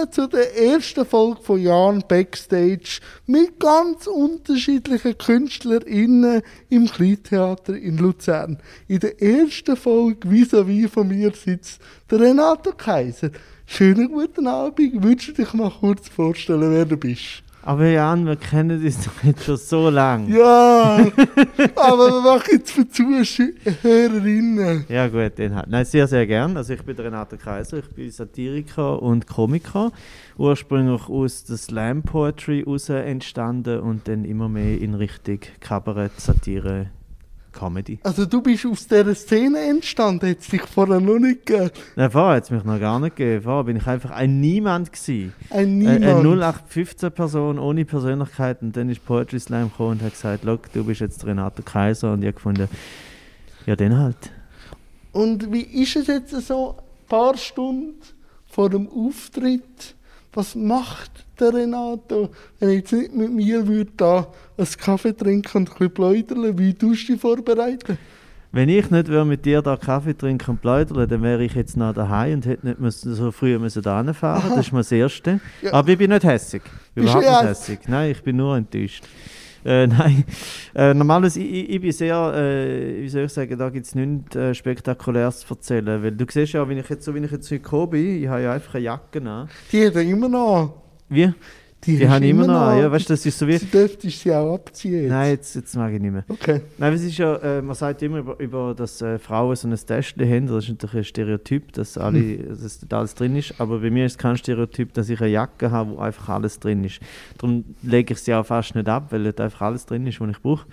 willkommen zu der ersten Folge von Jan Backstage mit ganz unterschiedlichen KünstlerInnen im Kleintheater in Luzern. In der ersten Folge vis-à-vis von mir sitzt der Renato Kaiser. Schönen guten Abend. Würdest du dich mal kurz vorstellen, wer du bist? Aber Jan, wir kennen uns doch jetzt schon so lange. Ja, aber wir machen jetzt für Zuhörerinnen. Ja gut, den halt. Nein, sehr, sehr gern. Also ich bin der Renato Kaiser, ich bin Satiriker und Komiker. Ursprünglich aus der Slam Poetry heraus entstanden und dann immer mehr in Richtung Kabarett, Satire, Comedy. Also du bist aus dieser Szene entstanden, hat es dich vorher noch nicht gegeben? Nein, vorher hat es mich noch gar nicht gegeben. Vorher bin ich einfach ein Niemand gewesen. Ein Niemand? Eine 0815-Person ohne Persönlichkeit. Und dann ist Poetry Slam gekommen und hat gesagt, «Look, du bist jetzt Renato Kaiser.» Und ich habe gefunden, ja, dann halt. Und wie ist es jetzt so, ein paar Stunden vor dem Auftritt? Was macht der Renato, wenn ich jetzt nicht mit mir würde, da einen Kaffee trinken und ein bisschen plaudern? Wie tust du dich vorbereiten? Wenn ich nicht mit dir da Kaffee trinken und plaudern, dann wäre ich jetzt noch daheim und hätte nicht so früh da fahren. Das ist mal das Erste. Ja. Aber ich bin nicht hässig. Überhaupt nicht hässig. Nein, ich bin nur enttäuscht. Nein, normalerweise, ich bin sehr, wie soll ich sagen, da gibt es nichts Spektakuläres zu erzählen, weil du siehst ja, wie ich jetzt gekommen bin, ich habe ja einfach eine Jacke an. Die hat er immer noch. Wie? Die habe ich immer noch an, ja, weißt du, das ist so wie... Du dürftest sie auch abziehen jetzt. Nein, jetzt mag ich nicht mehr. Okay. Nein, es ist ja, man sagt immer über dass Frauen so ein Täschchen haben, das ist natürlich ein Stereotyp, dass alles drin ist, aber bei mir ist es kein Stereotyp, dass ich eine Jacke habe, wo einfach alles drin ist. Darum lege ich sie auch fast nicht ab, weil dort einfach alles drin ist, was ich brauche.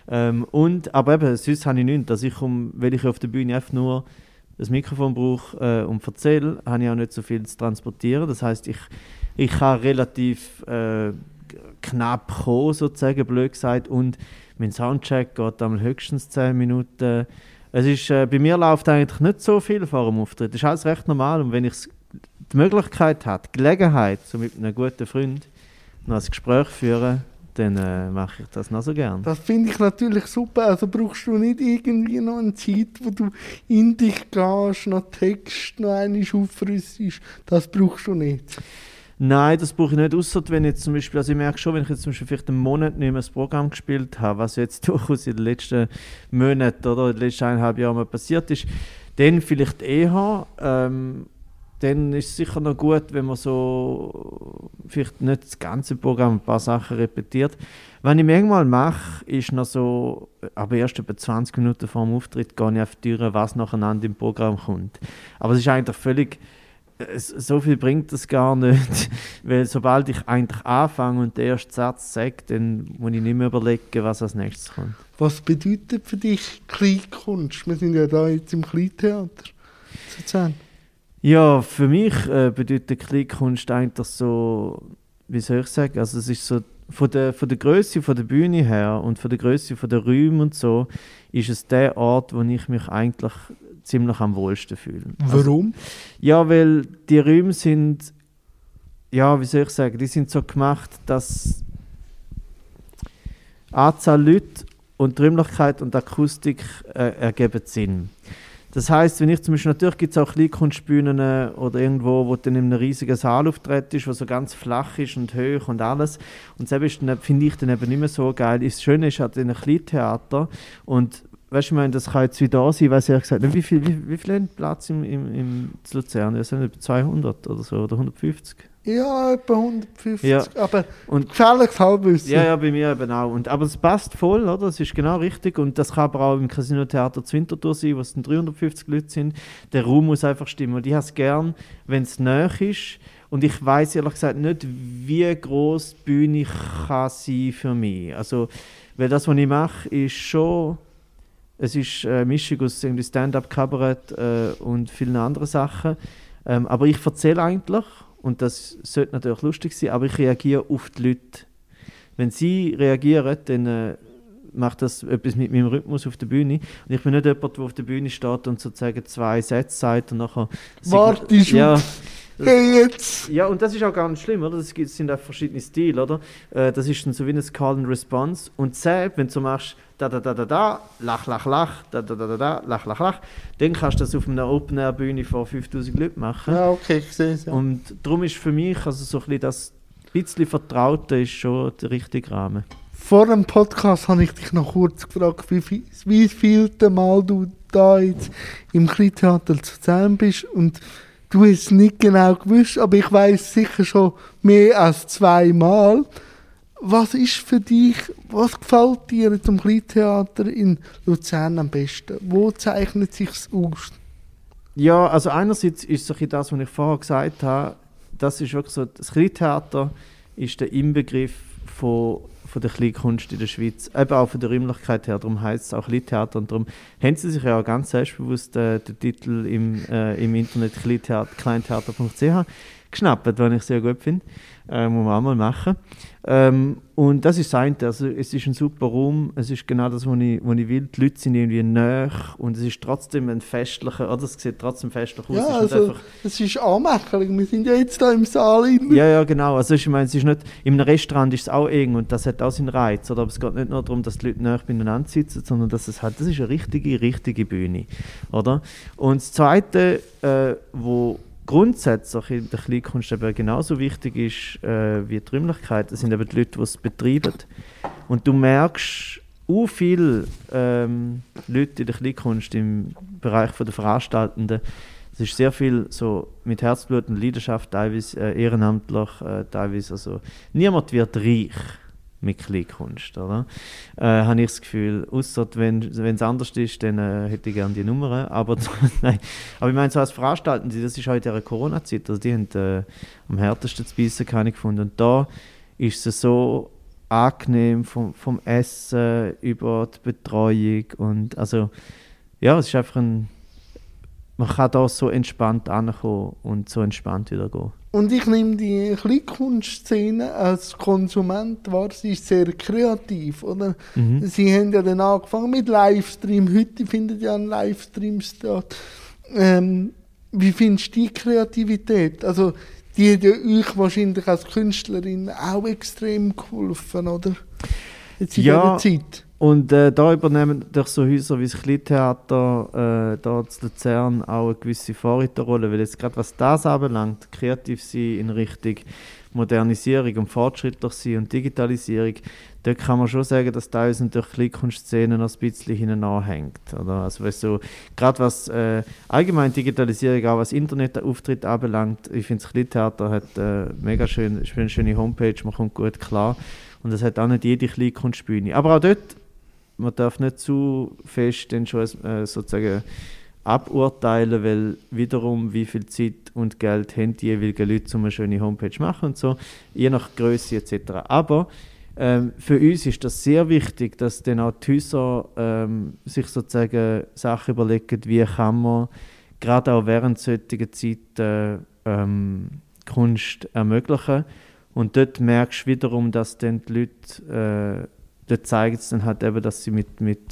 Aber eben, sonst habe ich nichts, dass weil ich auf der Bühne einfach nur das Mikrofon brauche und erzähle, habe ich auch nicht so viel zu transportieren. Das heisst, ich kann relativ knapp kommen, sozusagen, blöd gesagt. Und mein Soundcheck geht einmal höchstens 10 Minuten. Es ist, bei mir läuft eigentlich nicht so viel vor dem Auftritt. Das ist alles recht normal. Und wenn ich die Möglichkeit habe, die Gelegenheit, so mit einem guten Freund noch ein Gespräch führen, dann mache ich das noch so gern. Das finde ich natürlich super. Also brauchst du nicht irgendwie noch eine Zeit, wo du in dich gehst, noch Text noch einmal aufrüstest. Das brauchst du nicht. Nein, das brauche ich nicht, ausser wenn jetzt zum Beispiel, also ich merke schon, wenn ich jetzt zum Beispiel vielleicht einen Monat nicht mehr das Programm gespielt habe, was jetzt durchaus in den letzten Monaten oder in den letzten 1,5 Jahren mal passiert ist, dann vielleicht eher, dann ist es sicher noch gut, wenn man so vielleicht nicht das ganze Programm, ein paar Sachen repetiert. Was ich manchmal mache, ist noch so, aber erst etwa 20 Minuten vor dem Auftritt gehe ich auf die Tür, was nacheinander im Programm kommt. Aber es ist eigentlich völlig, so viel bringt das gar nicht, weil sobald ich eigentlich anfange und den ersten Satz sage, dann muss ich nicht mehr überlegen, was als nächstes kommt. Was bedeutet für dich Kleinkunst? Wir sind ja da jetzt im Kleintheater. Ja, für mich bedeutet Kleinkunst eigentlich so, wie soll ich sagen, also es ist so von der Grösse von der Bühne her und von der Grösse von der Räume und so, ist es der Ort, wo ich mich eigentlich ziemlich am wohlsten fühle. Warum? Also, ja, weil die Räume sind, ja, wie soll ich sagen, die sind so gemacht, dass Anzahl Leute und die Räumlichkeit und die Akustik ergeben Sinn. Das heisst, wenn ich zum Beispiel, natürlich gibt es auch Kleinkunstbühnen oder irgendwo, wo dann in einem riesigen Saal auftritt ist, wo so ganz flach ist und hoch und alles. Und das finde ich dann eben nicht mehr so geil. Das Schöne ist halt in einem Kleintheater und weißt du, ich meine, das kann jetzt wieder da sein, weil sie ja gesagt haben, wie viel haben Platz im Luzern? Das sind etwa 200 oder so, oder 150? Ja, etwa 150, ja. Aber gefälliges Halbwissen. Ja, bei mir eben auch. Aber es passt voll, oder? Das ist genau richtig. Und das kann aber auch im Casino-Theater zu Winterthur sein, wo es dann 350 Leute sind. Der Raum muss einfach stimmen. Und ich habe es gern, wenn es nahe ist. Und ich weiss ehrlich gesagt nicht, wie gross die Bühne kann sein für mich. Also, weil das, was ich mache, ist schon... Es ist eine Mischung aus Stand-up, Kabarett und vielen anderen Sachen. Aber ich erzähle eigentlich, und das sollte natürlich lustig sein, aber ich reagiere auf die Leute. Wenn sie reagieren, dann macht das etwas mit meinem Rhythmus auf der Bühne. Und ich bin nicht jemand, der auf der Bühne steht und sozusagen 2 Sätze sagt und nachher... Wartest ja, Hey, jetzt! Ja, und das ist auch gar nicht schlimm, oder? Sind auch verschiedene Stile, oder? Das ist dann so wie ein Call and Response. Und selbst, wenn du so machst, da, lach, lach, lach, da, lach, lach, lach, dann kannst du das auf einer Open-Air-Bühne vor 5000 Leuten machen. Ja, okay, ich sehe es. Ja. Und darum ist für mich, also so ein bisschen das bisschen Vertraute ist schon der richtige Rahmen. Vor dem Podcast habe ich dich noch kurz gefragt, wie vielte Mal du da jetzt im Kleintheater Luzern bist. Und du hast es nicht genau gewusst, aber ich weiß sicher schon mehr als 2 Mal. Was ist für dich, was gefällt dir zum Kleintheater in Luzern am besten? Wo zeichnet es sich aus? Ja, also einerseits ist es ein bisschen das, was ich vorher gesagt habe, das ist wirklich so, das Kleintheater ist der Inbegriff von der Kleinkunst in der Schweiz, eben auch von der Räumlichkeit her, darum heisst es auch Kleintheater und darum haben sie sich ja auch ganz selbstbewusst den Titel im Internet kleintheater.ch geschnappt, was ich sehr gut finde. Muss man auch mal machen. Und das ist das eine. Also, es ist ein super Raum, es ist genau das, was ich will. Die Leute sind irgendwie nahe und es ist trotzdem ein festlicher, oder es sieht trotzdem festlich aus. Ja, also, es ist anmächtig. Wir sind ja jetzt da im Saal rein. Ja, genau. Also, ich meine, es ist nicht, in einem Restaurant ist es auch eng und das hat auch seinen Reiz. Oder? Aber es geht nicht nur darum, dass die Leute nahe beieinander sitzen, sondern dass es halt, das ist eine richtige Bühne. Oder? Und das Zweite, wo grundsätzlich in der Kleinkunst eben genauso wichtig ist wie die Räumlichkeit, das sind eben die Leute, die es betreiben. Und du merkst, viele Leute in der Kleinkunst im Bereich der Veranstaltenden, es ist sehr viel so mit Herzblut und Leidenschaft, teilweise ehrenamtlich, teilweise, also niemand wird reich mit Kleinkunst, oder? Habe ich das Gefühl. Ausser wenn es anders ist, dann hätte ich gerne die Nummern. Aber nein. Aber ich meine, so als Veranstaltende, das ist halt in der Corona-Zeit, also die haben am härtesten zu beißen, keine gefunden. Und da ist es so angenehm vom Essen über die Betreuung und also ja, es ist einfach man kann da so entspannt ankommen und so entspannt wieder gehen. Und ich nehme die Kleinkunstszene als Konsument wahr, sie ist sehr kreativ, oder? Mhm. Sie haben ja dann angefangen mit Livestream, heute findet ja ein Livestream statt. Wie findest du die Kreativität? Also, die hat ja euch wahrscheinlich als Künstlerin auch extrem geholfen, oder? Jetzt in dieser Zeit. Und da übernehmen durch so Häuser wie das Kleintheater da zu Luzern auch eine gewisse Vorreiterrolle, weil jetzt gerade was das anbelangt, kreativ sein in Richtung Modernisierung und fortschrittlich sein und Digitalisierung, da kann man schon sagen, dass teilweise natürlich Kleinkunstszenen noch ein bisschen hinten anhängt. Oder? Also weißt du, gerade was allgemein Digitalisierung, auch was Internetauftritt anbelangt, ich finde das Kleintheater hat mega schöne Homepage, man kommt gut klar und das hat auch nicht jede Kleinkunstbühne. Aber auch dort, man darf nicht zu fest dann schon sozusagen aburteilen, weil wiederum wie viel Zeit und Geld haben die jeweiligen Leute, um eine schöne Homepage zu machen und so, je nach Größe etc. Aber für uns ist das sehr wichtig, dass dann auch die Häuser sich sozusagen Sachen überlegen, wie kann man gerade auch während solcher Zeit Kunst ermöglichen. Und dort merkst du wiederum, dass dann die Leute dort zeigen es dann halt eben, dass sie mit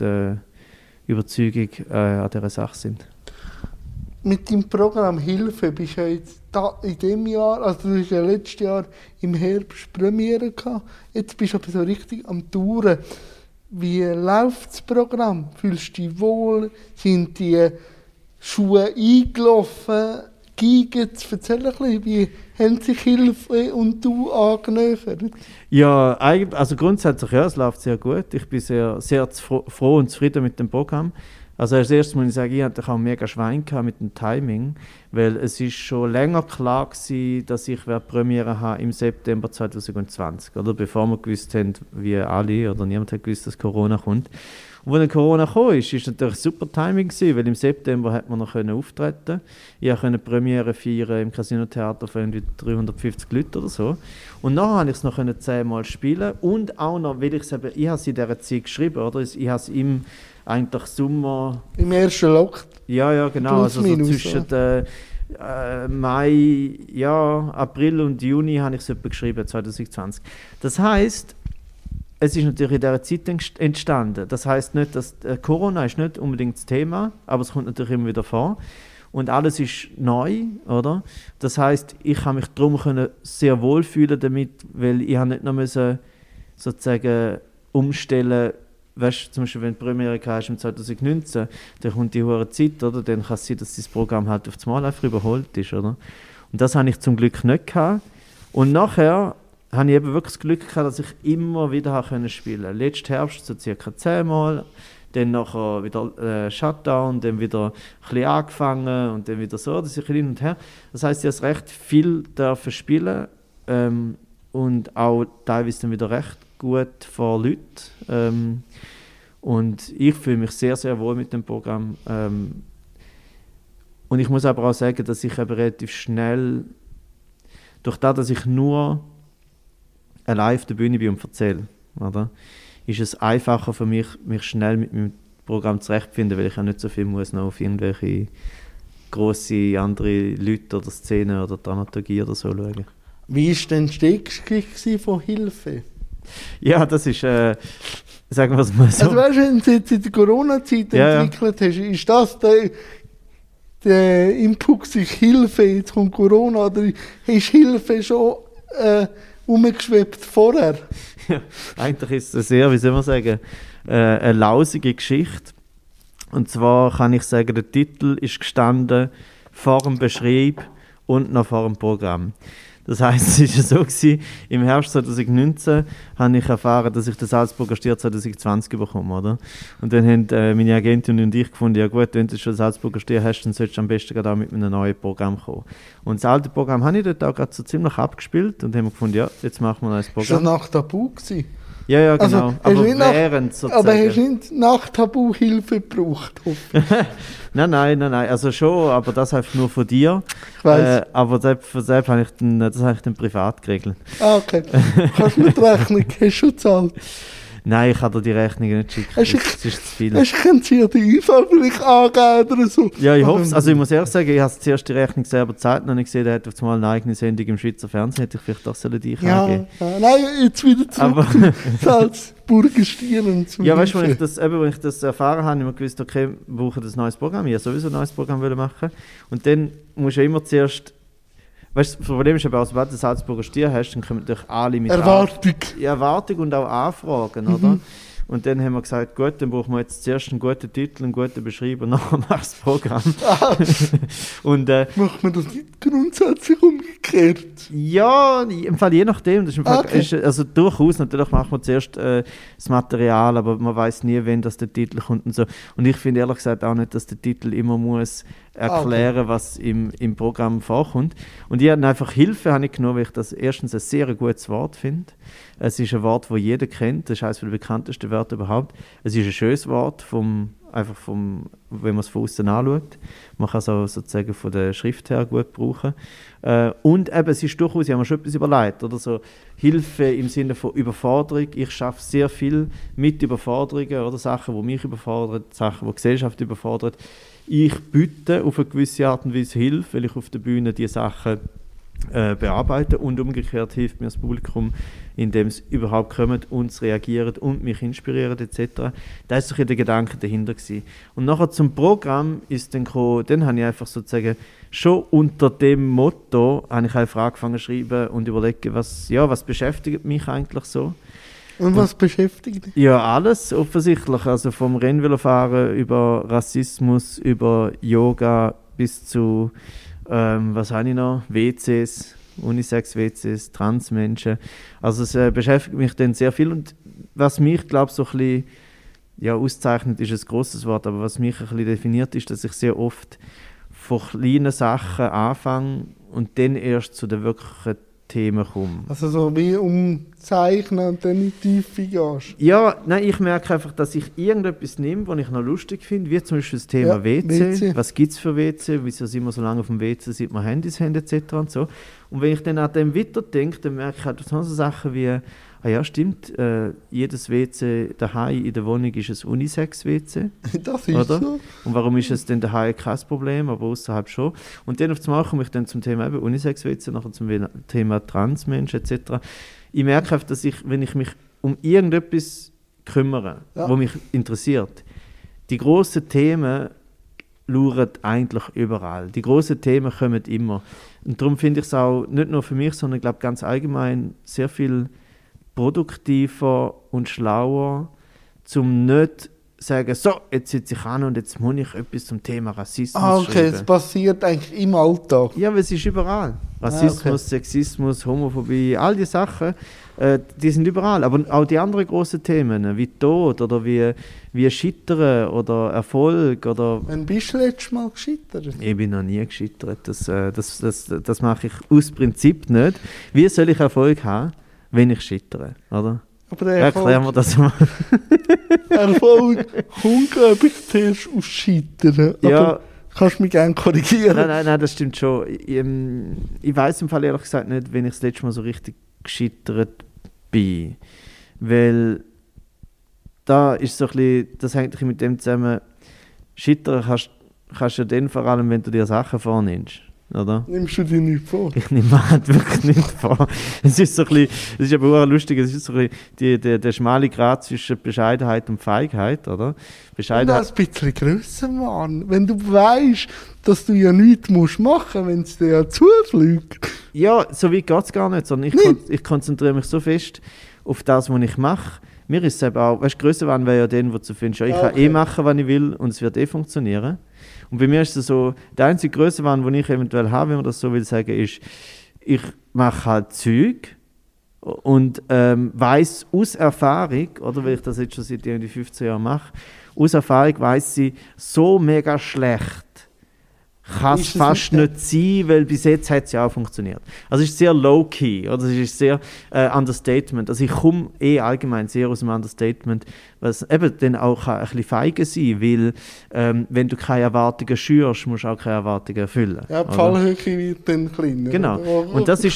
Überzeugung an dieser Sache sind. Mit dem Programm Hilfe bist du ja jetzt in diesem Jahr, also du hast ja letztes Jahr im Herbst Premiere gehabt, jetzt bist du aber so richtig am Touren. Wie läuft das Programm? Fühlst du dich wohl? Sind die Schuhe eingelaufen? Gigens, erzähl ein bisschen, wie haben sich Hilfe und du angenähert? Ja, also grundsätzlich ja, es läuft sehr gut. Ich bin sehr, sehr froh und zufrieden mit dem Programm. Also als erstes muss ich sagen, ich hatte auch mega Schwein mit dem Timing, weil es ist schon länger klar gewesen, dass ich Premiere habe im September 2020, oder? Bevor wir gewusst haben, wie alle, oder niemand hat gewusst, dass Corona kommt. Und als dann Corona kam, ist natürlich super Timing gewesen, weil im September hat man noch auftreten. Ich konnte Premiere feiern im Casino-Theater für irgendwie 350 Leute oder so. Und nachher konnte ich es noch 10-mal spielen und auch noch, weil ich habe es in dieser Zeit geschrieben, oder? Ich habe es im eigentlich Sommer... Im ersten Lockdown? Ja, genau. Also so zwischen Mai, ja, April und Juni habe ich es etwa geschrieben, 2020. Das heisst, es ist natürlich in dieser Zeit entstanden. Das heisst nicht, dass Corona ist nicht unbedingt das Thema, aber es kommt natürlich immer wieder vor. und alles ist neu, oder? Das heisst, ich habe mich darum sehr wohl fühlen damit, weil ich habe nicht noch müssen, sozusagen umstellen. Weißt du, zum Beispiel, wenn die Premiere hast im 2019, dann kommt die hohe Zeit, oder? Dann kann es sein, dass das Programm halt auf das Mal einfach überholt ist, oder? Und das habe ich zum Glück nicht gehabt. Und nachher habe ich eben wirklich das Glück gehabt, dass ich immer wieder spielen konnte. Letzten Herbst so ca. 10 Mal, dann nachher wieder Shutdown, dann wieder ein bisschen angefangen und dann wieder so, das ist ein bisschen hin und her. Das heisst, ich durfte recht viel spielen und auch teilweise dann wieder recht gut vor Leuten. Und ich fühle mich sehr, sehr wohl mit dem Programm. Und ich muss aber auch sagen, dass ich eben relativ schnell, durch das, dass ich nur allein auf der Bühne bin und erzähle, oder, ist es einfacher für mich, mich schnell mit meinem Programm zurechtzufinden, weil ich ja nicht so viel muss noch auf irgendwelche grosse andere Leute oder Szenen oder Dramaturgie oder so schauen. Wie war denn die Stehgeschichte von Hilfe? Ja, das ist, sagen wir es mal so. Also weißt du, wenn du jetzt in der Corona-Zeit entwickelt hast, ist das der Input, sich Hilfe, jetzt kommt Corona, oder ist Hilfe schon umgeschwebt vorher? Ja, eigentlich ist es sehr, wie soll man sagen, eine lausige Geschichte. Und zwar kann ich sagen, der Titel ist gestanden vor dem Beschrieb und noch vor dem Programm. Das heisst, es war so gewesen, im Herbst 2019 habe ich erfahren, dass ich das Salzburger Stier 2020 bekomme, oder? Und dann haben meine Agentin und ich gefunden, ja gut, wenn du schon das Salzburger Stier hast, dann solltest du am besten gerade auch mit einem neuen Programm kommen. Und das alte Programm habe ich dort auch gerade so ziemlich abgespielt und haben gefunden, ja, jetzt machen wir ein neues Programm. Ist das nach Tabu gewesen? Ja, genau. Also, aber während sozusagen. Aber hast du nicht nach Tabu Hilfe gebraucht? Nein. Also schon, aber das einfach nur von dir. Ich weiss. Aber das habe ich dann privat geregelt. Ah, okay. Kannst du nicht Rechnung? Hast du schon gezahlt? Nein, ich kann dir die Rechnung nicht schicken. Das ist zu viel. Hast du die IV vielleicht angeben oder so? Ja, ich hoffe es. Also ich muss ehrlich sagen, ich habe zuerst die Rechnung selber gezahlt und habe gesehen, der hat auf einmal eine eigene Sendung im Schweizer Fernsehen, hätte ich vielleicht auch dich angeben. Ja, nein, jetzt wieder zurück zum Salzburger Stier und zum ja, weißt du, wenn ich das erfahren habe, habe ich mir gewusst, okay, wir brauchen ein neues Programm. Ich wollte sowieso ein neues Programm machen. Und dann musst du ja immer zuerst. Weißt du, das Problem ist aber, sobald du den Salzburger Stier hast, dann kommen natürlich alle mit Erwartung und auch Anfragen, oder? Und dann haben wir gesagt, gut, dann brauchen wir jetzt zuerst einen guten Titel, einen guten Beschreiber, nachher machst du das Programm. Und, macht man das nicht grundsätzlich umgekehrt? Ja, im Fall je nachdem. Das ist im Fall, also durchaus, natürlich macht man zuerst das Material, aber man weiß nie, wann das der Titel kommt und so. Und ich finde ehrlich gesagt auch nicht, dass der Titel immer muss erklären, was im Programm vorkommt. Und ich habe einfach Hilfe habe ich genommen, weil ich das erstens ein sehr gutes Wort finde. Es ist ein Wort, das jeder kennt. Das ist eines der bekanntesten Wörter überhaupt. Es ist ein schönes Wort, wenn man es von außen anschaut. Man kann es auch sozusagen von der Schrift her gut brauchen. Und eben, es ist durchaus, ich habe mir schon etwas überlegt, oder so Hilfe im Sinne von Überforderung. Ich schaffe sehr viel mit Überforderungen oder Sachen, die mich überfordern, Sachen, die die Gesellschaft überfordern. Ich biete auf eine gewisse Art und Weise Hilfe, weil ich auf der Bühne diese Sachen bearbeite und umgekehrt hilft mir das Publikum, indem es überhaupt kommt und reagiert und mich inspiriert etc. Da ist doch der Gedanke dahinter gewesen. Und nachher zum Programm ist dann gekommen, dann habe ich einfach sozusagen schon unter dem Motto habe ich einfach angefangen zu schreiben und überlegen, was beschäftigt mich eigentlich so. Und was beschäftigt dich? Ja, alles offensichtlich. Also vom Rennvelofahren über Rassismus, über Yoga bis zu was habe ich noch? WCs, Unisex-WCs, Transmenschen. Also es beschäftigt mich dann sehr viel. Und was mich, glaube ich, so ein bisschen auszeichnet, ist ein grosses Wort, aber was mich ein bisschen definiert, ist, dass ich sehr oft von kleinen Sachen anfange und dann erst zu den wirklichen Themen komme. Also so wie umzeichnen und dann in die Tiefe gehst? Ja, nein, ich merke einfach, dass ich irgendetwas nehme, was ich noch lustig finde, wie zum Beispiel das Thema WC. Was gibt es für WC? Wieso sind wir so lange auf dem WC, seit wir Handys haben etc. und so. Und wenn ich dann an dem weiterdenke, dann merke ich halt so Sachen wie, ja stimmt, jedes WC daheim in der Wohnung ist ein Unisex-WC. Das ist oder? So. Und warum ist es denn daheim kein Problem, aber außerhalb schon? Und dann auf einmal komme ich dann zum Thema Unisex-WC, nachher zum Thema Transmenschen etc. Ich merke einfach, dass wenn ich mich um irgendetwas kümmere, was mich interessiert, die grossen Themen lauern eigentlich überall. Die grossen Themen kommen immer. Und darum finde ich es auch, nicht nur für mich, sondern ich glaube ganz allgemein sehr viel produktiver und schlauer, zum nicht sagen, so, jetzt sitze ich an und jetzt muss ich etwas zum Thema Rassismus schreiben. Es passiert eigentlich im Alltag. Ja, weil es ist überall. Rassismus, Sexismus, Homophobie, all die Sachen, die sind überall. Aber auch die anderen grossen Themen, wie Tod oder wie Scheitern oder Erfolg. Oder Wann bist du letztes Mal gescheitert? ich bin noch nie gescheitert. Das mache ich aus Prinzip nicht. Wie soll ich Erfolg haben, wenn ich scheitere? Oder? Aber Erklären wir das mal. Erfolg kommt, glaube ich, zuerst aus Scheitern. Ja. Aber kannst du mich gerne korrigieren? Nein, das stimmt schon. Ich weiss im Fall ehrlich gesagt nicht, wenn ich das letzte Mal so richtig gescheitert bin. Weil da ist so ein bisschen, das hängt ein bisschen mit dem zusammen, scheitern kannst du ja dann vor allem, wenn du dir Sachen vornimmst. Oder? Nimmst du dir nicht vor? Ich nehme mir halt wirklich nicht vor. Es ist so ein bisschen, es ist aber auch lustig, es ist so ein bisschen der schmale Grat zwischen Bescheidenheit und Feigheit, oder? Und Bescheidenheit. auch ein bisschen grösser, Mann. Wenn du weißt, dass du ja nichts machen musst, wenn es dir ja zufliegt. Ja, so weit geht es gar nicht, sondern ich konzentriere mich so fest auf das, was ich mache. Mir ist es eben auch, weißt du, Grössenwahn wäre ja den, wo du findest, ja, ich kann eh machen, was ich will und es wird eh funktionieren. Und bei mir ist es so, der einzige Grössenwahn, den ich eventuell habe, wenn man das so will sagen, ist, ich mache halt Zeug und weiss aus Erfahrung, oder weil ich das jetzt schon seit irgendwie 15 Jahren mache, aus Erfahrung weiss ich, so mega schlecht kann es fast nicht sein, weil bis jetzt hat es ja auch funktioniert. Also es ist sehr low-key, oder? Es ist sehr Understatement. Also ich komme allgemein sehr aus dem Understatement, was eben dann auch ein bisschen feige sein, weil wenn du keine Erwartungen schürst, musst du auch keine Erwartungen erfüllen. Ja, die Fallhöhe wird dann kleiner. Genau. Und das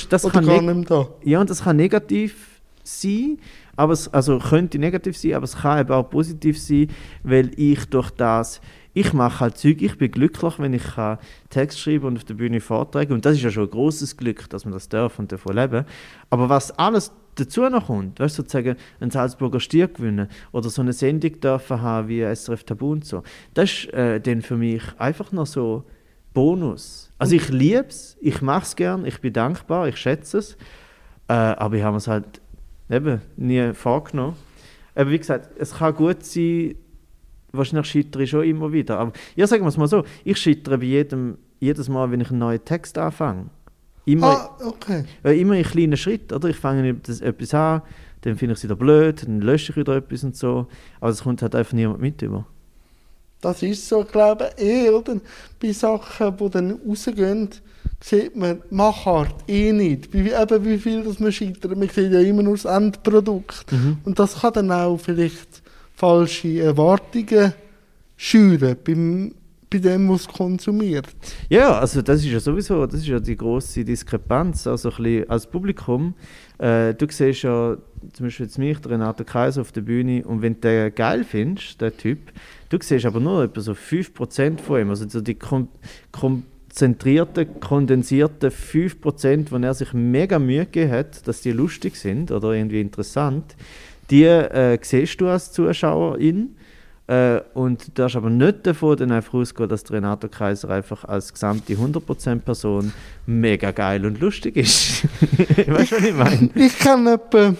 kann negativ sein, aber könnte negativ sein, aber es kann eben auch positiv sein, weil ich durch das ich mache halt Zeug, ich bin glücklich, wenn ich Text schreiben und auf der Bühne vortragen. Und das ist ja schon ein grosses Glück, dass man das darf und davon leben. Aber was alles dazu noch kommt, weißt du, sozusagen einen Salzburger Stier gewinnen oder so eine Sendung dürfen haben wie SRF Tabu und so, das ist dann für mich einfach noch so Bonus. Also ich liebe es, ich mache es gern, ich bin dankbar, ich schätze es, aber ich habe es halt eben nie vorgenommen. Aber wie gesagt, es kann gut sein, wahrscheinlich scheitere ich schon immer wieder. Aber ja, sagen wir es mal so, ich scheitere bei jedes Mal, wenn ich einen neuen Text anfange. Immer in kleinen Schritten. Oder? Ich fange etwas an, dann finde ich es wieder blöd, dann lösche ich wieder etwas und so. Aber es kommt halt einfach niemand mit über. Das ist so, glaube ich, oder? Bei Sachen, die dann rausgehen, sieht man Machart nicht. Wie viel das man scheitert. Man sieht ja immer nur das Endprodukt. Mhm. Und das kann dann auch vielleicht falsche Erwartungen schüren bei dem, was konsumiert. Ja, also das ist ja sowieso, das ist ja die grosse Diskrepanz, also ein bisschen als Publikum. Du siehst ja zum Beispiel jetzt mich, Renato Kaiser auf der Bühne, und wenn du den geil findest, den Typ, du siehst aber nur etwa so 5% von ihm, also so die konzentrierten, kondensierten 5%, wo er sich mega Mühe gegeben hat, dass die lustig sind oder irgendwie interessant, die siehst du als Zuschauerin und du darfst aber nicht davon dann einfach ausgehen, dass der Renato Kaiser einfach als gesamte 100% Person mega geil und lustig ist. Weißt du, was ich meine? Ich kenne etwa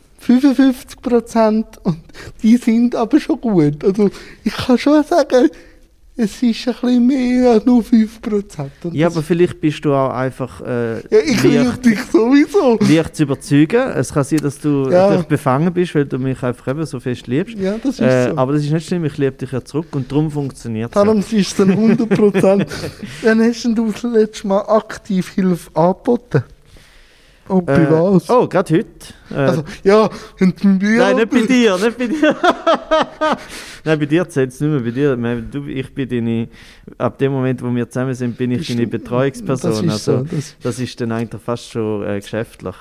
55% und die sind aber schon gut. Also ich kann schon sagen, es ist ein bisschen mehr als nur 5%. Ja, aber vielleicht bist du auch einfach ich liebe dich sowieso. Leicht zu überzeugen. Es kann sein, dass du befangen bist, weil du mich einfach eben so fest liebst. Ja, das ist so. Aber das ist nicht schlimm, ich liebe dich ja zurück und darum funktioniert es. Darum ist es dann 100%. Wann hast du das letzte Mal aktiv Hilfe angeboten? Und bei was? Oh, gerade heute. Also, ja, und nein, nicht bei dir, nicht bei dir. Nein, bei dir zählt es nicht mehr. Bei dir, ich bin ab dem Moment, wo wir zusammen sind, bin ich deine Betreuungsperson. Das ist also, so, das ist dann eigentlich fast schon geschäftlich.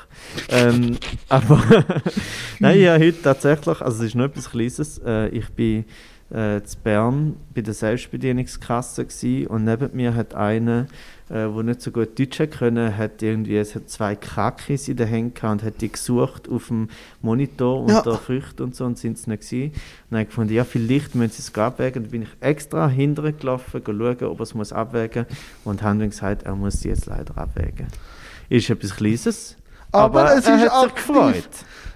Aber nein, ja, heute tatsächlich, also es ist noch etwas Kleines. Ich bin in Bern bei der Selbstbedienungskasse gewesen, und neben mir hat einer, der nicht so gut Deutsch können, es hat 2 Kakis in der Hand gehabt und hat die gesucht auf dem Monitor unter Früchten und so, und sind es nicht gewesen. Und dann habe ich gefunden, ja, vielleicht müssen sie es abwägen. Dann bin ich extra hinterher gelaufen, schauen, ob er es muss abwägen muss, und haben ihm gesagt, er muss sie jetzt leider abwägen. Ist etwas Kleines, aber es er hat sich gefreut.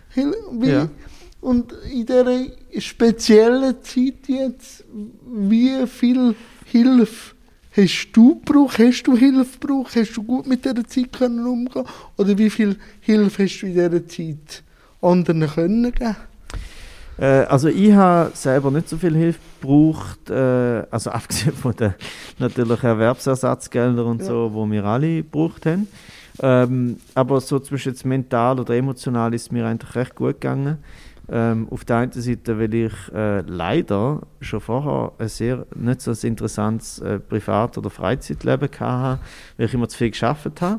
Ja. Und in dieser speziellen Zeit jetzt, wie viel Hilfe hast du gebraucht? Hast du Hilfe gebraucht? Hast du gut mit dieser Zeit können umgehen? Oder wie viel Hilfe hast du in dieser Zeit anderen können geben? Also ich habe selber nicht so viel Hilfe gebraucht, also abgesehen von den natürlich Erwerbsersatzgeldern und so, die wir alle gebraucht haben. Aber so zwischen jetzt mental oder emotional ist es mir eigentlich recht gut gegangen. Auf der einen Seite, weil ich leider schon vorher nicht so ein interessantes Privat- oder Freizeitleben hatte, weil ich immer zu viel gearbeitet habe.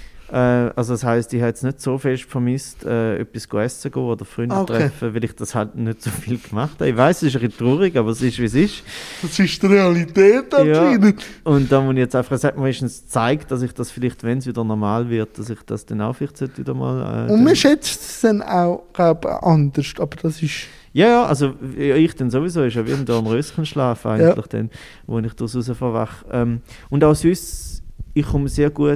Also das heisst, ich habe jetzt nicht so fest vermisst, etwas essen gehen oder Freunde treffen, weil ich das halt nicht so viel gemacht habe. Ich weiss, es ist ein bisschen traurig, aber es ist, wie es ist. Das ist die Realität anscheinend. Ja. Und dann muss ich jetzt einfach sagen, es zeigt, dass ich das vielleicht, wenn es wieder normal wird, dass ich das dann auch vielleicht wieder mal... Und man schätzt es dann auch, glaube ich, anders, aber das ist... Ja, also ich dann sowieso, ist ja wie ein Dornröschenschlaf eigentlich, dann, wo ich daraus verwache. Und auch sonst, ich komme sehr gut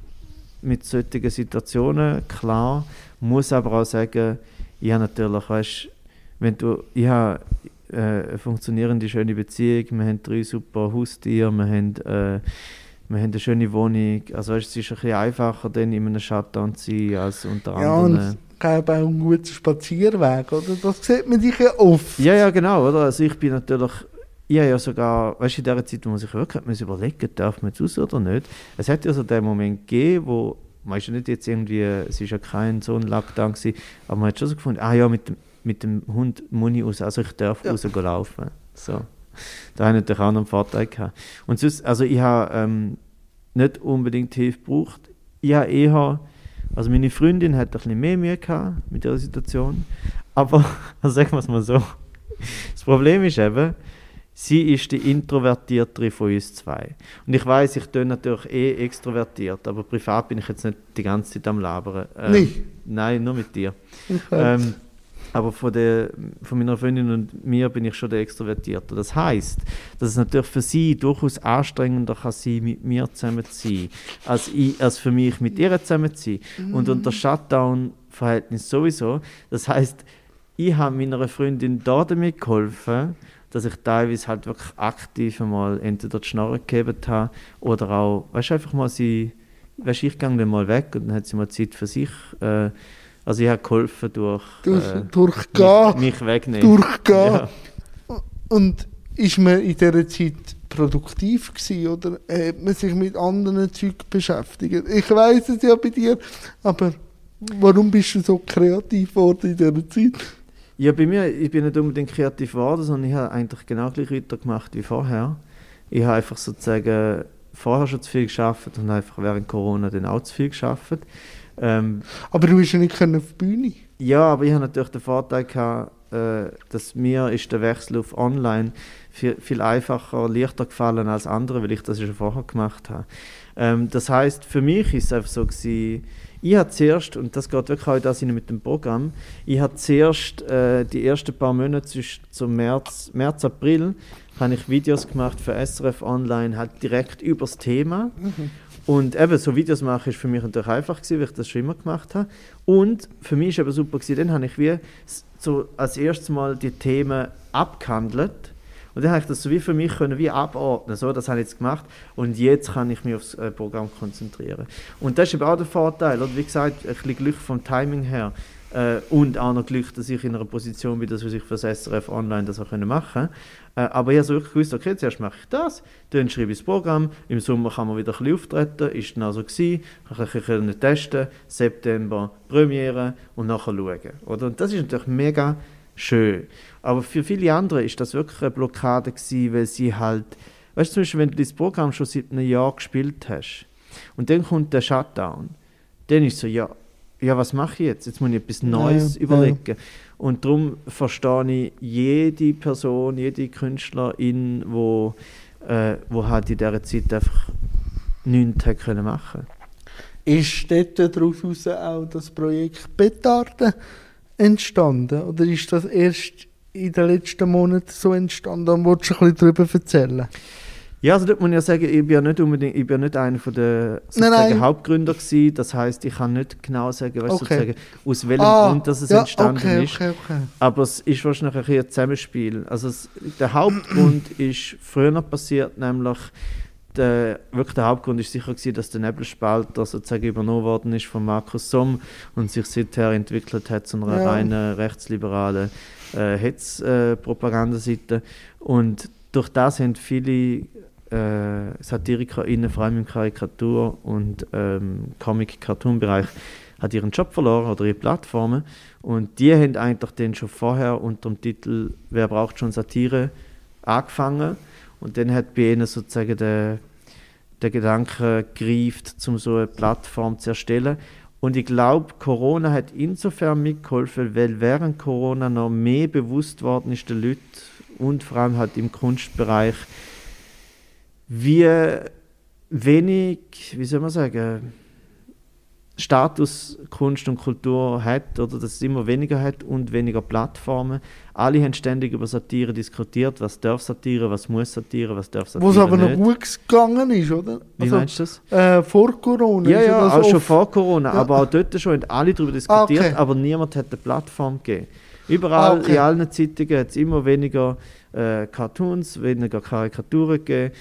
mit solchen Situationen klar, muss aber auch sagen, ich habe natürlich, weißt, ich habe eine funktionierende, schöne Beziehung, wir haben 3 super Haustiere, wir haben eine schöne Wohnung, also weißt, es ist ein bisschen einfacher, dann in einem Shutdown zu sein, als unter anderen... Ja, und ich glaube auch einen guten Spazierweg, oder? Das sieht man dich ja oft. Ja, genau, oder? Also ich bin natürlich... Ich habe ja sogar, weißt du, in dieser Zeit, wo man sich wirklich überlegen darf man jetzt raus oder nicht. Es hat ja so den Moment gegeben, wo, man ist ja nicht jetzt irgendwie, es war ja kein so ein Lockdown gewesen, aber man hat schon so gefunden, mit dem Hund muss ich raus, also ich darf raus laufen. So. Da habe ich natürlich auch noch einen Vorteil gehabt. Und sonst, also ich habe nicht unbedingt Hilfe gebraucht. Ich habe eher, also meine Freundin hat ein bisschen mehr Mühe gehabt mit dieser Situation, aber, also sagen wir es mal so, das Problem ist eben, sie ist die Introvertiertere von uns 2. Und ich weiss, ich bin natürlich extrovertiert, aber privat bin ich jetzt nicht die ganze Zeit am Labern. Nicht? Nein, nur mit dir. Okay. Aber von meiner Freundin und mir bin ich schon der Extrovertierte. Das heisst, dass es natürlich für sie durchaus anstrengender kann sein, mit mir zusammen zu sein, als für mich mit ihr zusammen zu sein. Und unter Shutdown-Verhältnis sowieso. Das heisst, ich habe meiner Freundin da damit geholfen, dass ich teilweise halt wirklich aktiv einmal entweder die Schnorre gegeben habe oder auch, weißt du, einfach mal ich gehe dann mal weg und dann hat sie mal Zeit für sich. Also ich habe geholfen mich wegnehmen. Durchgehen. Ja. Und ist man in dieser Zeit produktiv gewesen, oder hat man sich mit anderen Zeug beschäftigt? Ich weiss es ja bei dir, aber warum bist du so kreativ geworden in dieser Zeit? Ja, bei mir, ich bin nicht unbedingt kreativ geworden, sondern ich habe eigentlich genau gleich weitergemacht wie vorher. Ich habe einfach sozusagen vorher schon zu viel gearbeitet und einfach während Corona dann auch zu viel gearbeitet. Aber du hast ja nicht auf die Bühne. Ja, aber ich habe natürlich den Vorteil gehabt, dass mir ist der Wechsel auf Online viel einfacher, leichter gefallen als andere, weil ich das ja schon vorher gemacht habe. Das heisst, für mich ist es einfach so gewesen, ich habe zuerst, und das geht wirklich auch das mit dem Programm, ich habe zuerst die ersten paar Monate zum März, April, habe ich Videos gemacht für SRF Online, halt direkt über das Thema. Und eben, so Videos machen ist für mich natürlich einfach gewesen, weil ich das schon immer gemacht habe. Und für mich war eben super gewesen, dann habe ich wie so als erstes Mal die Themen abgehandelt. Und dann habe ich das so wie für mich können wie abordnen, so, das habe ich jetzt gemacht und jetzt kann ich mich aufs Programm konzentrieren. Und das ist eben auch der Vorteil, oder? Wie gesagt, ein bisschen Glück vom Timing her und auch noch Glück, dass ich in einer Position bin, dass ich für das SRF Online das auch machen können. Aber ich habe so wirklich gewusst, okay, zuerst mache ich das, dann schreibe ich das Programm, im Sommer kann man wieder ein bisschen auftreten, ist dann auch so gewesen, kann ich ein bisschen testen, September Premiere und nachher schauen. Oder? Und das ist natürlich mega schön. Aber für viele andere ist das wirklich eine Blockade gewesen, weil sie halt, weißt du, zum Beispiel, wenn du das Programm schon seit einem Jahr gespielt hast und dann kommt der Shutdown, dann ist so, ja, ja, was mache ich jetzt? Jetzt muss ich etwas Neues überlegen. Und darum verstehe ich jede Person, jede Künstlerin, wo halt in dieser Zeit einfach nichts machen können. Ist dort daraus auch das Projekt Petarde entstanden? Oder ist das erst in den letzten Monaten so entstanden? Willst du ein bisschen darüber erzählen? Ja, also dort muss ich ja sagen, ich bin ja nicht einer von der Hauptgründer gewesen. Das heisst, ich kann nicht genau sagen, sozusagen, aus welchem Grund dass es entstanden ist. Okay. Aber es ist wahrscheinlich ein Zusammenspiel. Also der Hauptgrund ist früher passiert, nämlich wirklich der Hauptgrund ist sicher gewesen, dass der Nebelspalter sozusagen übernommen worden ist von Markus Somm und sich seither entwickelt hat zu einer reinen rechtsliberalen Hetzpropagandaseite. Und durch das haben viele SatirikerInnen, vor allem im Karikatur- und Comic-Cartoon-Bereich, hat ihren Job verloren oder ihre Plattformen. Und die haben eigentlich dann schon vorher unter dem Titel «Wer braucht schon Satire?» angefangen. Und dann hat bei ihnen sozusagen der Gedanke gegriffen, um so eine Plattform zu erstellen. Und ich glaube, Corona hat insofern mitgeholfen, weil während Corona noch mehr bewusst worden ist den Leuten und vor allem halt im Kunstbereich, wie wenig, wie soll man sagen, Status Kunst und Kultur hat oder dass es immer weniger hat und weniger Plattformen. Alle haben ständig über Satire diskutiert, was darf Satire, was muss Satire, was darf Satire nicht. Wo es aber nicht. noch gut gegangen ist, oder? Wie meinst du das? Vor Corona. Ja, auch schon vor Corona, aber auch dort schon haben alle darüber diskutiert, aber niemand hat eine Plattform gegeben. Überall, in allen Zeitungen hat es immer weniger Cartoons, weniger Karikaturen gegeben.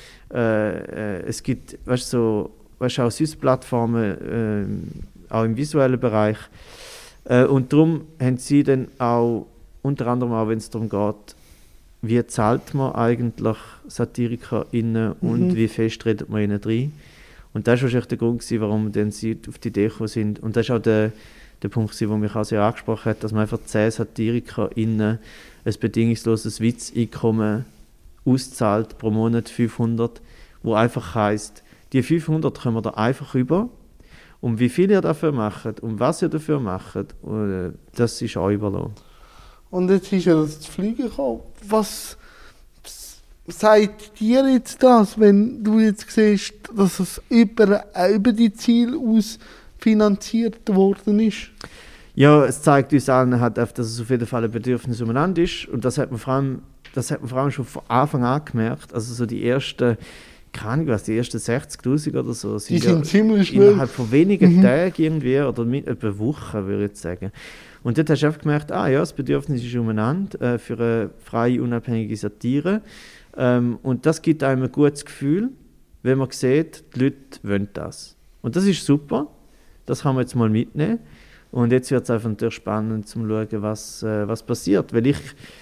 Es gibt, auch sonst Plattformen, auch im visuellen Bereich. Und darum haben sie dann auch, unter anderem auch, wenn es darum geht, wie zahlt man eigentlich SatirikerInnen und wie fest redet man ihnen rein. Und das war wahrscheinlich der Grund, warum dann sie auf die Idee gekommen sind. Und das ist auch der Punkt, der mich auch sehr angesprochen hat, dass man einfach 10 SatirikerInnen ein bedingungsloses Witzeinkommen auszahlt, pro Monat 500, wo einfach heisst, die 500 kommen wir da einfach rüber. Und wie viel ihr dafür macht und was ihr dafür macht, das ist auch überlassen. Und jetzt ist ja das Fliegen gekommen. Was sagt dir jetzt das, wenn du jetzt siehst, dass es über die Ziele aus finanziert worden ist? Ja, es zeigt uns allen, halt, dass es auf jeden Fall ein Bedürfnis umeinander ist. Und das hat man vor allem schon von Anfang an gemerkt. Also so die ersten 60'000 oder so, die sind ziemlich schnell. Innerhalb von wenigen Tagen irgendwie, oder etwa Wochen, würde ich jetzt sagen. Und dort hast du einfach gemerkt, das Bedürfnis ist umeinander für eine freie, unabhängige Satire. Und das gibt einem ein gutes Gefühl, wenn man sieht, die Leute wollen das. Und das ist super, das kann man jetzt mal mitnehmen. Und jetzt wird es einfach natürlich spannend, zu schauen, was passiert. Weil ich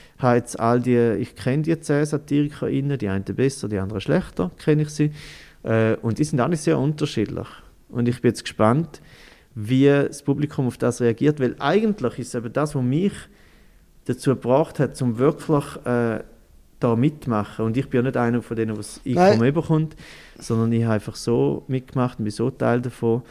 kenne die 10 SatirikerInnen, die einen besser, die anderen schlechter, kenne ich sie. Und die sind alle sehr unterschiedlich. Und ich bin jetzt gespannt, wie das Publikum auf das reagiert, weil eigentlich ist es eben das, was mich dazu gebracht hat, um wirklich da mitmachen. Und ich bin ja nicht einer von denen, der das Einkommen bekommt, sondern ich habe einfach so mitgemacht und bin so Teil davon.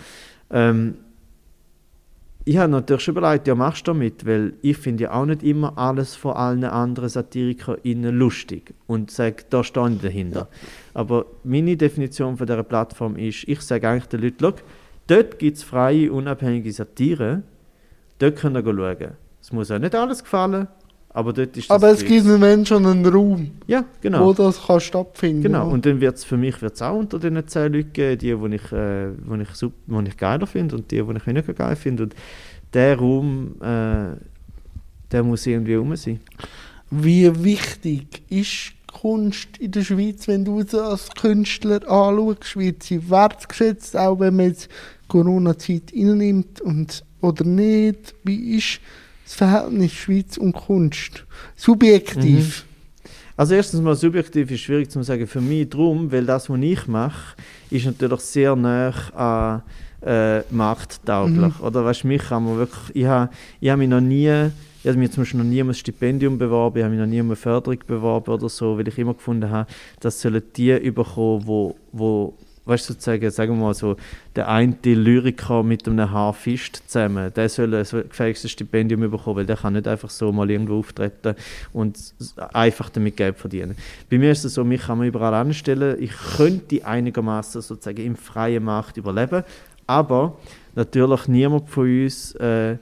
Ich habe natürlich schon überlegt, ja, machst du damit, weil ich finde ja auch nicht immer alles von allen anderen SatirikerInnen lustig und sage, da stehe ich dahinter. Ja. Aber meine Definition von dieser Plattform ist, ich sage eigentlich den Leuten, schau, dort gibt es freie, unabhängige Satire, dort könnt ihr schauen. Es muss auch nicht alles gefallen, aber dort ist das. Aber es gibt im Moment schon einen Raum, wo das kann stattfinden kann. Genau, und dann wird es für mich auch unter den 10 Leuten geben, die ich geiler finde und die ich weniger geil finde. Und der Raum, der muss irgendwie rum sein. Wie wichtig ist Kunst in der Schweiz, wenn du es als Künstler anschaust? Wird sie wertgeschätzt, auch wenn man jetzt Corona-Zeit reinnimmt oder nicht? Wie ist das Verhältnis Schweiz und Kunst? Subjektiv. Also erstens mal subjektiv ist schwierig zu sagen für mich drum, weil das, was ich mache, ist natürlich sehr nah an markttauglich. Oder weißt, mich kann man wirklich, ich habe mich noch nie, ich habe mich zum Beispiel noch nie um ein Stipendium beworben, ich habe mich noch nie um eine Förderung beworben oder so, weil ich immer gefunden habe, das sollen die bekommen, wo weißt du, sozusagen, sagen wir mal so, der eine Lyriker mit einem Harfist zusammen, der soll ein gefälligstes Stipendium bekommen, weil der kann nicht einfach so mal irgendwo auftreten und einfach damit Geld verdienen. Bei mir ist es so, mich kann man überall anstellen, ich könnte einigermaßen sozusagen im freien Markt überleben, aber natürlich niemand von uns, der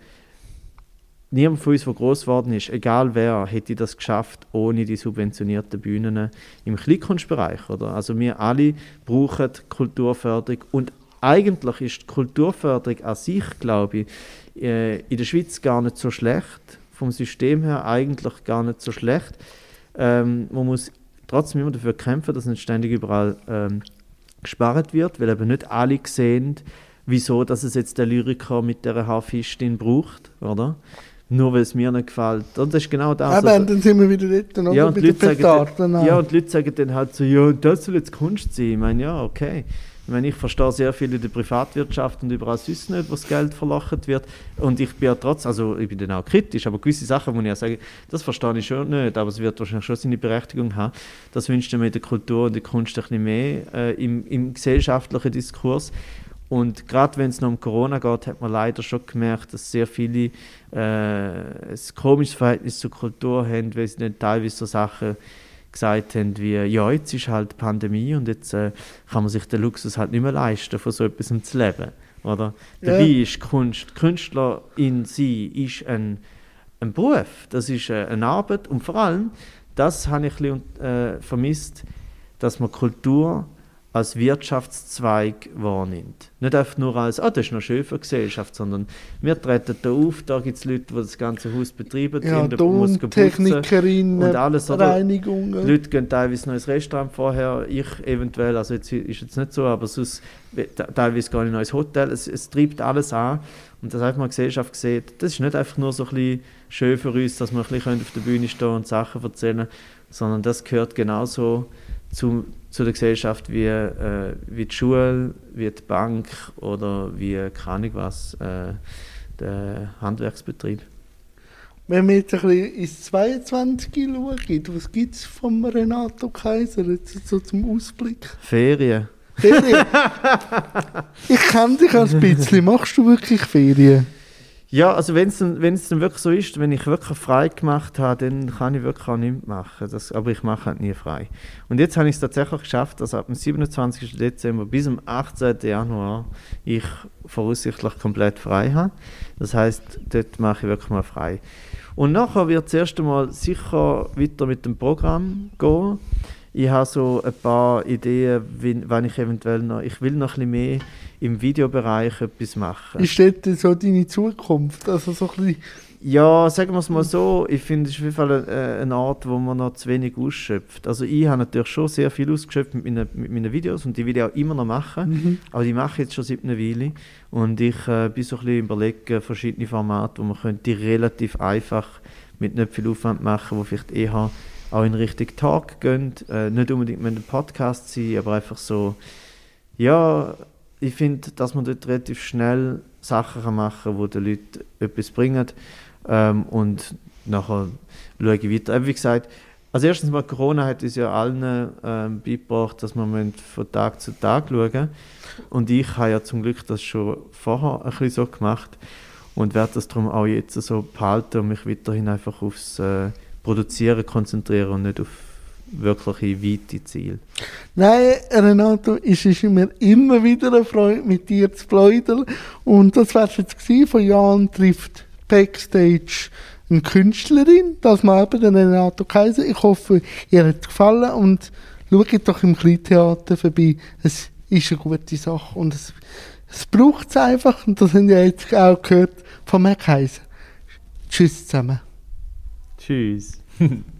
groß geworden ist, egal wer, hätte das geschafft ohne die subventionierten Bühnen im Kleinkunstbereich. Oder? Also wir alle brauchen Kulturförderung und eigentlich ist die Kulturförderung an sich, glaube ich, in der Schweiz gar nicht so schlecht, vom System her eigentlich gar nicht so schlecht. Man muss trotzdem immer dafür kämpfen, dass nicht ständig überall gespart wird, weil eben nicht alle sehen, wieso dass es jetzt der Lyriker mit der Harfistin braucht, oder? Nur weil es mir nicht gefällt. Und das ist genau das. Aber dann sind wir wieder dort, oder? Ja, und die Leute sagen dann halt so, ja, das soll jetzt Kunst sein. Ich meine, ja, okay. Ich verstehe sehr viel in der Privatwirtschaft und überall sonst nicht, wo das Geld verlacht wird. Und ich bin ja ich bin dann auch kritisch, aber gewisse Sachen, wo ich ja sage, das verstehe ich schon nicht, aber es wird wahrscheinlich schon seine Berechtigung haben. Das wünscht mir in der Kultur und der Kunst ein bisschen mehr im gesellschaftlichen Diskurs. Und gerade wenn es noch um Corona geht, hat man leider schon gemerkt, dass sehr viele ein komisches Verhältnis zur Kultur haben, weil sie dann teilweise so Sachen gesagt haben wie, ja, jetzt ist halt Pandemie und jetzt kann man sich den Luxus halt nicht mehr leisten, von so etwas zu leben. Oder? Ja. Dabei ist Kunst, Künstler in sie ist ein Beruf, das ist eine Arbeit und vor allem, das habe ich ein bisschen vermisst, dass man Kultur als Wirtschaftszweig wahrnimmt. Nicht einfach nur als, das ist noch schön für die Gesellschaft, sondern wir treten da auf, da gibt es Leute, die das ganze Haus betreiben, Technikerinnen, und alles, Reinigungen. Die Leute gehen teilweise noch ins Restaurant vorher, ich eventuell, also jetzt ist jetzt nicht so, aber sonst teilweise gehe ich noch ins Hotel, es treibt alles an und das einfach mal die Gesellschaft sieht, das ist nicht einfach nur so ein bisschen schön für uns, dass wir ein bisschen auf der Bühne stehen und Sachen erzählen, sondern das gehört genauso zu der Gesellschaft wie die Schule, wie die Bank oder wie, keine Ahnung was, der Handwerksbetrieb. Wenn wir jetzt ein bisschen ins 22 schauen, was gibt es von Renato Kaiser jetzt so zum Ausblick? Ferien. Ich kenne dich ein bisschen. Machst du wirklich Ferien? Ja, also wenn es dann wirklich so ist, wenn ich wirklich frei gemacht habe, dann kann ich wirklich auch nichts machen. Aber ich mache halt nie frei. Und jetzt habe ich es tatsächlich geschafft, dass ab dem 27. Dezember bis zum 18. Januar ich voraussichtlich komplett frei habe. Das heisst, dort mache ich wirklich mal frei. Und nachher wird es erst einmal sicher weiter mit dem Programm gehen. Ich habe so ein paar Ideen, wann ich eventuell noch... Ich will noch ein bisschen mehr im Videobereich etwas machen. Ist das so deine Zukunft? Also so ein bisschen ja, sagen wir es mal so, ich finde, es ist auf jeden Fall eine Art, wo man noch zu wenig ausschöpft. Also ich habe natürlich schon sehr viel ausgeschöpft mit meinen Videos und die will ich auch immer noch machen, aber die mache ich jetzt schon seit einer Weile und ich bin so ein bisschen überlegen, verschiedene Formate, wo man könnte relativ einfach mit nicht viel Aufwand machen, wo vielleicht eher auch in Richtung Talk gehen, nicht unbedingt mit einem Podcast sein, aber einfach so, ja, ich finde, dass man dort relativ schnell Sachen machen kann, die den Leuten etwas bringen. Und nachher schaue ich weiter. Wie gesagt, also erstens mal Corona hat uns ja allen beigebracht, dass wir von Tag zu Tag schauen. Und ich habe ja zum Glück das schon vorher ein bisschen so gemacht und werde das darum auch jetzt so behalten und mich weiterhin einfach aufs Produzieren konzentrieren und nicht auf wirkliche weite Ziele. Nein, Renato, es ist mir immer wieder eine Freude, mit dir zu plaudern. Und das war jetzt von Jan trifft Backstage eine Künstlerin, das mal eben den Renato Kaiser. Ich hoffe, ihr hat es gefallen und schaut doch im Kleintheater vorbei. Es ist eine gute Sache und es braucht es einfach und das haben wir jetzt auch gehört von Herrn Kaiser. Tschüss zusammen. Tschüss.